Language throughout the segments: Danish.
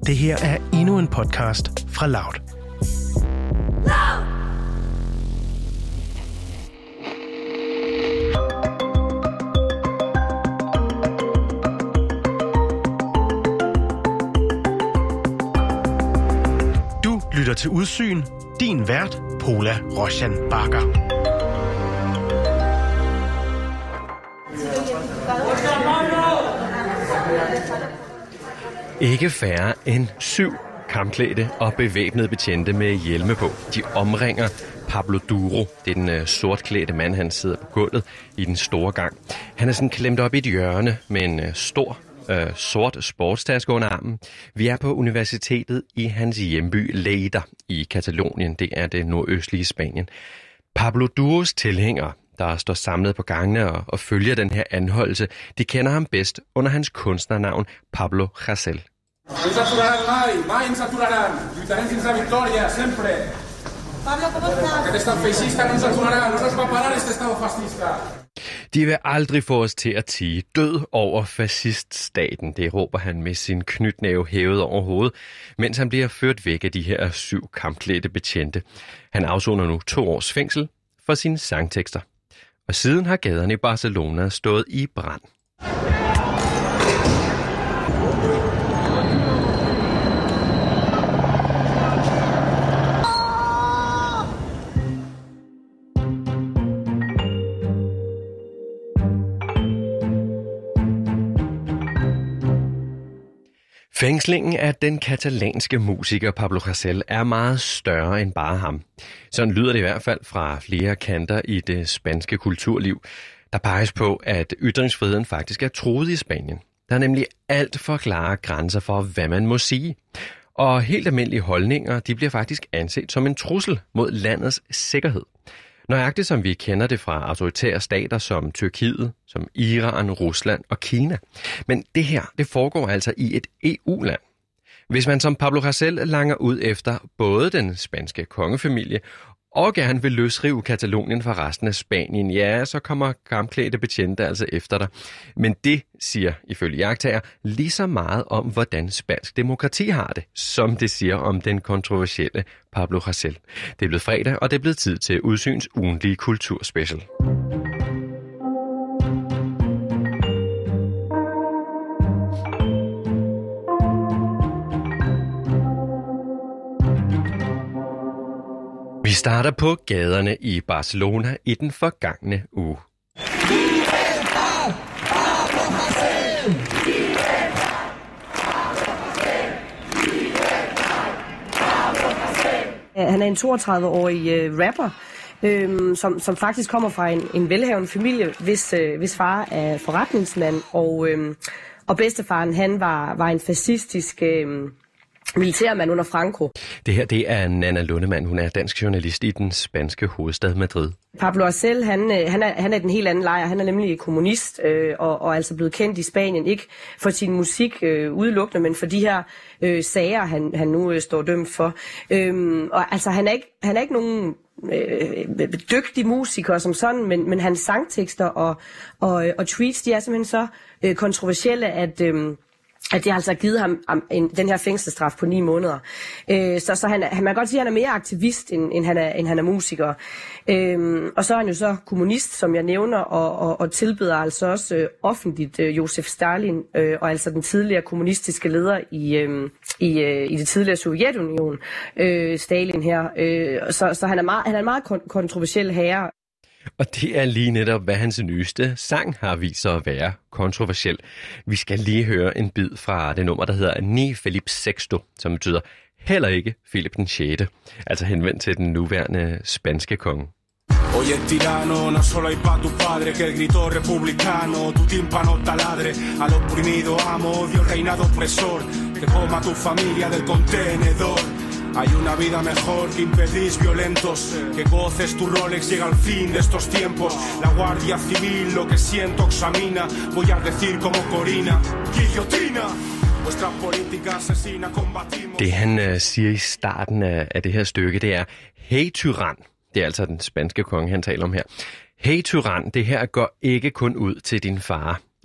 Det her er endnu en podcast fra Loud. Du lytter til Udsyn. Din vært, Pola Roshan Bakker. Ikke færre end 7 kampklædte og bevæbnede betjente med hjelme på. De omringer Pablo Duro. Det er den sortklædte mand, han sidder på gulvet i den store gang. Han er sådan klemt op i et hjørne med en stor sort sportstaske under armen. Vi er på universitetet i hans hjemby Lleida i Katalonien. Det er det nordøstlige Spanien. Pablo Duros tilhængere, der står samlet på gangene og følger den her anholdelse, de kender ham bedst under hans kunstnernavn Pablo Hasél. De vil aldrig få os til at tie. Død over fasciststaten, det råber han med sin knytnæve hævet over hovedet, mens han bliver ført væk af de her 7 kampklædte betjente. Han afsoner nu 2 års fængsel for sine sangtekster. Og siden har gaderne i Barcelona stået i brand. Fængslingen af den katalanske musiker Pablo Hasél er meget større end bare ham. Sådan lyder det i hvert fald fra flere kanter i det spanske kulturliv. Der peges på, at ytringsfriheden faktisk er truet i Spanien. Der er nemlig alt for klare grænser for, hvad man må sige. Og helt almindelige holdninger, de bliver faktisk anset som en trussel mod landets sikkerhed. Nøjagtigt som vi kender det fra autoritære stater som Tyrkiet, som Iran, Rusland og Kina. Men det her, det foregår altså i et EU-land. Hvis man som Pablo Hasél langer ud efter både den spanske kongefamilie og gerne vil løsrive Katalonien fra resten af Spanien, ja, så kommer kampklædte betjente altså efter dig. Men det siger, ifølge iagttager, lige så meget om, hvordan spansk demokrati har det, som det siger om den kontroversielle Pablo Hasél. Det er blevet fredag, og det er blevet tid til Udsyns ugentlige kulturspecial. Vi starter på gaderne i Barcelona i den forgangne uge. Han er en 32-årig rapper, som faktisk kommer fra en velhavende familie, hvis far er forretningsmand, og bedstefaren han var en fascistisk militærmand under Franco. Det her, det er Nanna Lundemann. Hun er dansk journalist i den spanske hovedstad Madrid. Pablo Hasél, han er den helt anden lejr. Han er nemlig kommunist og altså blevet kendt i Spanien, ikke for sin musik udelukkende, men for de her sager, han nu står dømt for. Og altså, han er ikke nogen dygtig musiker som sådan, men hans sangtekster og tweets, de er simpelthen så kontroversielle, at det altså har givet ham den her fængselsstraf på 9 måneder. Så man kan godt sige, at han er mere aktivist, end han er musiker. Og så er han jo så kommunist, som jeg nævner, og tilbeder altså også offentligt Josef Stalin, og altså den tidligere kommunistiske leder i det tidligere Sovjetunion, Stalin her. Så han er en meget kontroversiel herre. Og det er lige netop, hvad hans nyeste sang har vist sig at være kontroversiel. Vi skal lige høre en bid fra det nummer, der hedder Ni Felipe Sexto, som betyder heller ikke Philip den 6., altså henvendt til den nuværende spanske konge. Hoy es tirano, no solo hay pa' tu padre que el grito republicano, tu tímpano taladre, al oprimido amo, odio el reinado opresor, que coma tu familia del contenedor. Hay una vida mejor que impedís violentos, que goces tu Rolex, llega al fin de estos tiempos. La Guardia Civil lo que siento examina, voy a decir como Corina, guillotina. Vuestra política asesina combatimos. Det han siger i starten af det her stykke, det er, hey tyran. Det er altså den spanske konge, han taler om her. Hey tyran, det her går ikke kun ud til din far.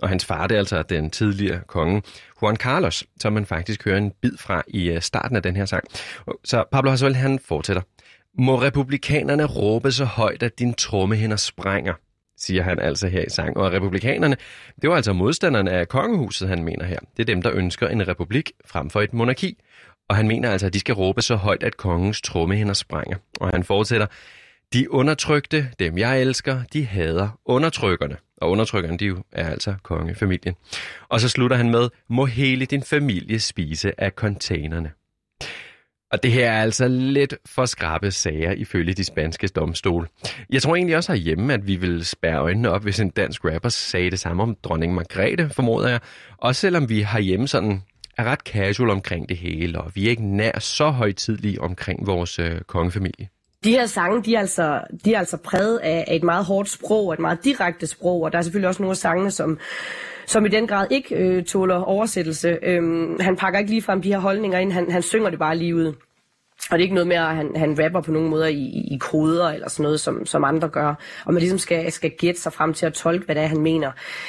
Og hans far, det er altså den tidligere konge Juan Carlos, som man faktisk hører en bid fra i starten af den her sang. Så Pablo Hasél, han fortsætter. Må republikanerne råbe så højt, at din trommehinder sprænger, siger han altså her i sang. Og republikanerne, det var altså modstanderne af kongehuset, han mener her. Det er dem, der ønsker en republik frem for et monarki. Og han mener altså, at de skal råbe så højt, at kongens trommehinder sprænger. Og han fortsætter. De undertrykte, dem jeg elsker, de hader undertrykkerne. Og undertrykkerne, de jo er altså kongefamilien. Og så slutter han med, må hele din familie spise af containerne. Og det her er altså lidt for skrappe sager ifølge de spanske domstole. Jeg tror egentlig også herhjemme, at vi vil spærre øjnene op, hvis en dansk rapper sagde det samme om dronning Margrethe, formoder jeg. Også selvom vi herhjemme sådan er ret casual omkring det hele, og vi er ikke nær så højtidelige omkring vores kongefamilie. De her sange, de er altså præget af et meget hårdt sprog, og et meget direkte sprog, og der er selvfølgelig også nogle af sangene, som i den grad ikke tåler oversættelse. Han pakker ikke ligefrem de her holdninger ind, han synger det bare lige ud. Og det er ikke noget med, at han rapper på nogle måder i koder eller sådan noget, som andre gør. Og man ligesom skal gætte sig frem til at tolke, hvad det er, han mener.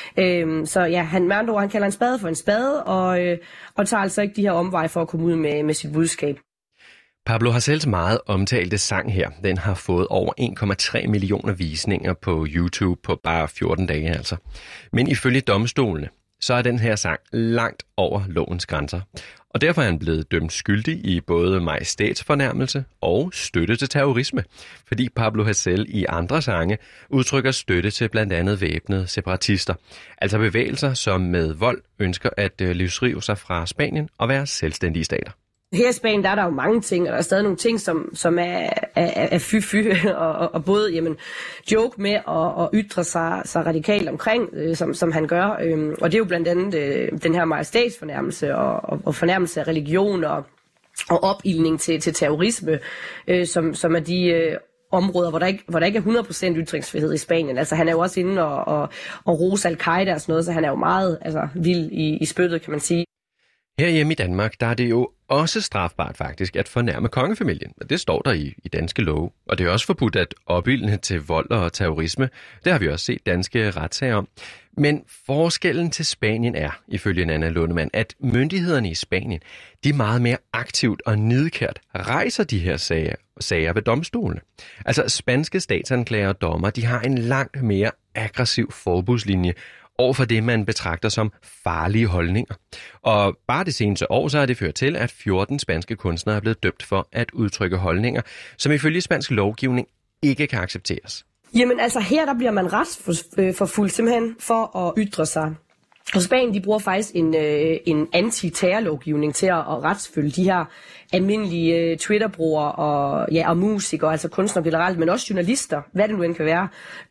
Så ja, han kalder en spade for en spade, og tager altså ikke de her omveje for at komme ud med sit budskab. Pablo Haséls meget omtalte sang her, den har fået over 1,3 millioner visninger på YouTube på bare 14 dage altså. Men ifølge domstolene, så er den her sang langt over lovens grænser. Og derfor er han blevet dømt skyldig i både majestætsfornærmelse og støtte til terrorisme, fordi Pablo Hasél i andre sange udtrykker støtte til blandt andet væbnede separatister, altså bevægelser, som med vold ønsker at løsrive sig fra Spanien og være selvstændige stater. Her i Spanien, der er der jo mange ting, og der er stadig nogle ting, som er fy-fy, og både joke med at ytre sig radikalt omkring, som han gør. Og det er jo blandt andet den her majestætsfornærmelse og fornærmelse af religion og opildning til terrorisme, som er de områder, hvor der ikke er 100% ytringsfrihed i Spanien. Altså han er jo også inde og rose Al-Qaida og sådan noget, så han er jo meget vild i spyttet, kan man sige. Herhjemme i Danmark, der er det jo også strafbart faktisk at fornærme kongefamilien. Det står der i danske love. Og det er også forbudt at opildne til vold og terrorisme. Det har vi også set danske retssager om. Men forskellen til Spanien er, ifølge Nanna Lundemann, at myndighederne i Spanien, de meget mere aktivt og nidkært rejser de her sager ved domstolene. Altså spanske statsanklager og dommer, de har en langt mere aggressiv forbudslinje overfor det, man betragter som farlige holdninger. Og bare det seneste år, så har det ført til, at 14 spanske kunstnere er blevet dømt for at udtrykke holdninger, som ifølge spansk lovgivning ikke kan accepteres. Jamen altså her, der bliver man retsforfulgt simpelthen for at ytre sig. Og Spanien, de bruger faktisk en anti-terrorlovgivning til at retsfølge de her almindelige Twitter-brugere og musikere, altså kunstnere generelt, men også journalister, hvad det nu end kan være,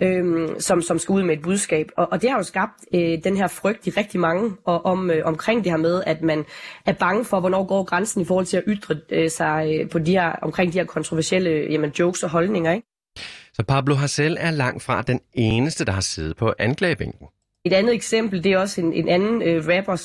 som skal ud med et budskab. Og det har jo skabt den her frygt i rigtig mange omkring det her med, at man er bange for, hvornår går grænsen i forhold til at ytre sig på omkring de her kontroversielle jokes og holdninger, ikke? Så Pablo Hasél er langt fra den eneste, der har siddet på anklagebænken. Et andet eksempel, det er også en anden rapper,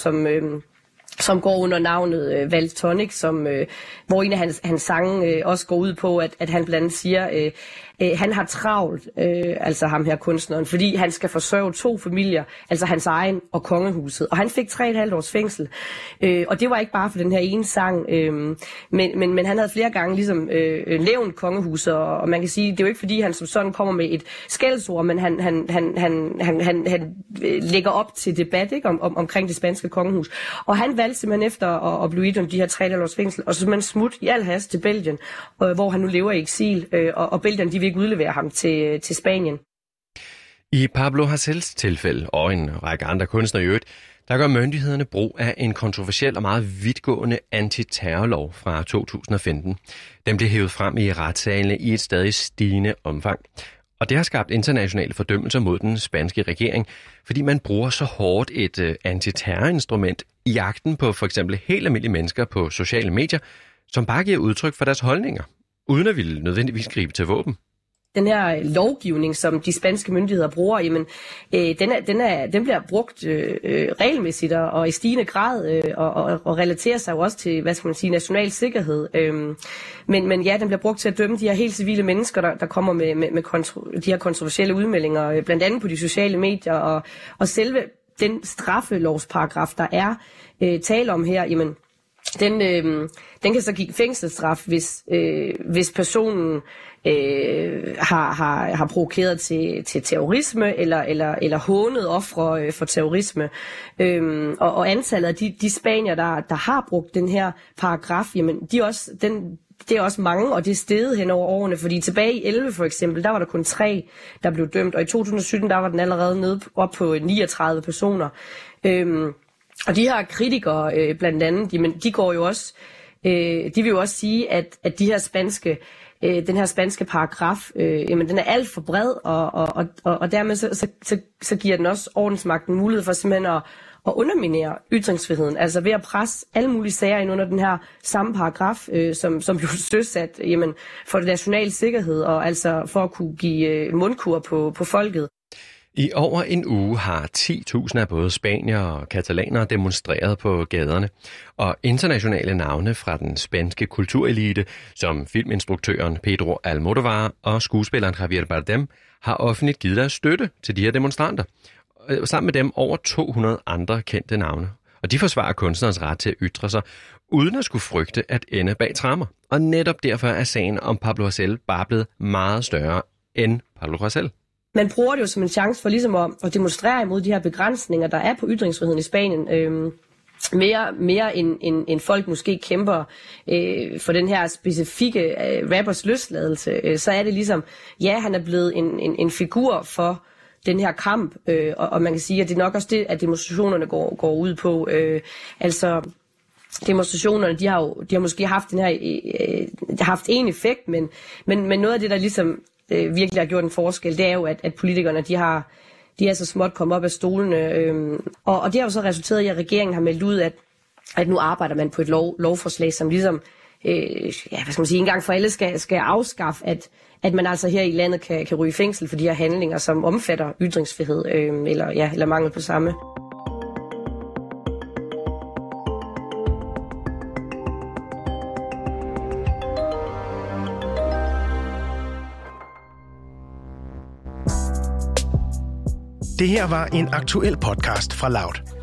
som går under navnet Valtonic, hvor en af hans sange også går ud på, at han blandt andet siger, han har travlt, altså ham her kunstneren, fordi han skal forsørge 2 familier, altså hans egen og kongehuset. Og han fik 3,5 års fængsel. Og det var ikke bare for den her ene sang, men han havde flere gange ligesom nævnt kongehuset, og man kan sige, det er jo ikke fordi han som sådan kommer med et skældsord, men han lægger op til debat, ikke, omkring det spanske kongehus. Og han valgte simpelthen efter at blive idømt de her 3,5 års fængsel, og så simpelthen smut i al hast til Belgien, hvor han nu lever i eksil, og Belgien, de vil ikke udlevere ham til Spanien. I Pablo Haséls tilfælde, og en række andre kunstnere i øvrigt, der gør myndighederne brug af en kontroversiel og meget vidtgående antiterrorlov fra 2015. Den blev hævet frem i retssalene i et stadig stigende omfang. Og det har skabt internationale fordømmelser mod den spanske regering, fordi man bruger så hårdt et antiterrorinstrument i jagten på for eksempel helt almindelige mennesker på sociale medier, som bare giver udtryk for deres holdninger, uden at ville nødvendigvis gribe til våben. Den her lovgivning, som de spanske myndigheder bruger, jamen, den bliver brugt regelmæssigt og i stigende grad og relaterer sig jo også til, hvad skal man sige, national sikkerhed. Men ja, den bliver brugt til at dømme de her helt civile mennesker, der kommer med de her kontroversielle udmeldinger, blandt andet på de sociale medier, og selve den straffelovsparagraf, der er tale om her, jamen, den kan så give fængselsstraf, hvis personen har provokeret til terrorisme eller hånet ofre for terrorisme. Og antallet af de spanier, der har brugt den her paragraf, jamen, det er også mange, og det er steget hen over årene, fordi tilbage i 11 for eksempel, der var der kun 3, der blev dømt, og i 2017, der var den allerede nede op på 39 personer. Og de her kritikere blandt andet, de går jo også, de vil jo også sige, at den her spanske paragraf, jamen den er alt for bred, og dermed så giver den også ordensmagten mulighed for simpelthen at underminere ytringsfriheden, altså ved at presse alle mulige sager ind under den her samme paragraf, som blev søsat for det nationale sikkerhed, og altså for at kunne give mundkur på folket. I over en uge har 10.000 af både spanier og katalanere demonstreret på gaderne, og internationale navne fra den spanske kulturelite, som filminstruktøren Pedro Almodóvar og skuespilleren Javier Bardem, har offentligt givet deres støtte til de her demonstranter. Sammen med dem over 200 andre kendte navne. Og de forsvarer kunstnerens ret til at ytre sig, uden at skulle frygte at ende bag tremmer. Og netop derfor er sagen om Pablo Hasél bare blevet meget større end Pablo Hasél. Man bruger det jo som en chance for ligesom at demonstrere imod de her begrænsninger, der er på ytringsfriheden i Spanien. Mere end folk måske kæmper for den her specifikke rappers løsladelse, så er det ligesom, ja, han er blevet en figur for den her kamp, og man kan sige, at det er nok også det, at demonstrationerne går ud på. Altså, demonstrationerne, de har måske haft haft en effekt, men noget af det, der ligesom virkelig har gjort en forskel, det er jo, at politikerne, de er så småt kommet op af stolene, og det har jo så resulteret i, at regeringen har meldt ud, at nu arbejder man på et lovforslag, som ligesom, en gang for alle skal afskaffe, at man altså her i landet kan ryge i fængsel for de her handlinger, som omfatter ytringsfrihed, eller mangel på samme. Det her var en aktuel podcast fra Loud.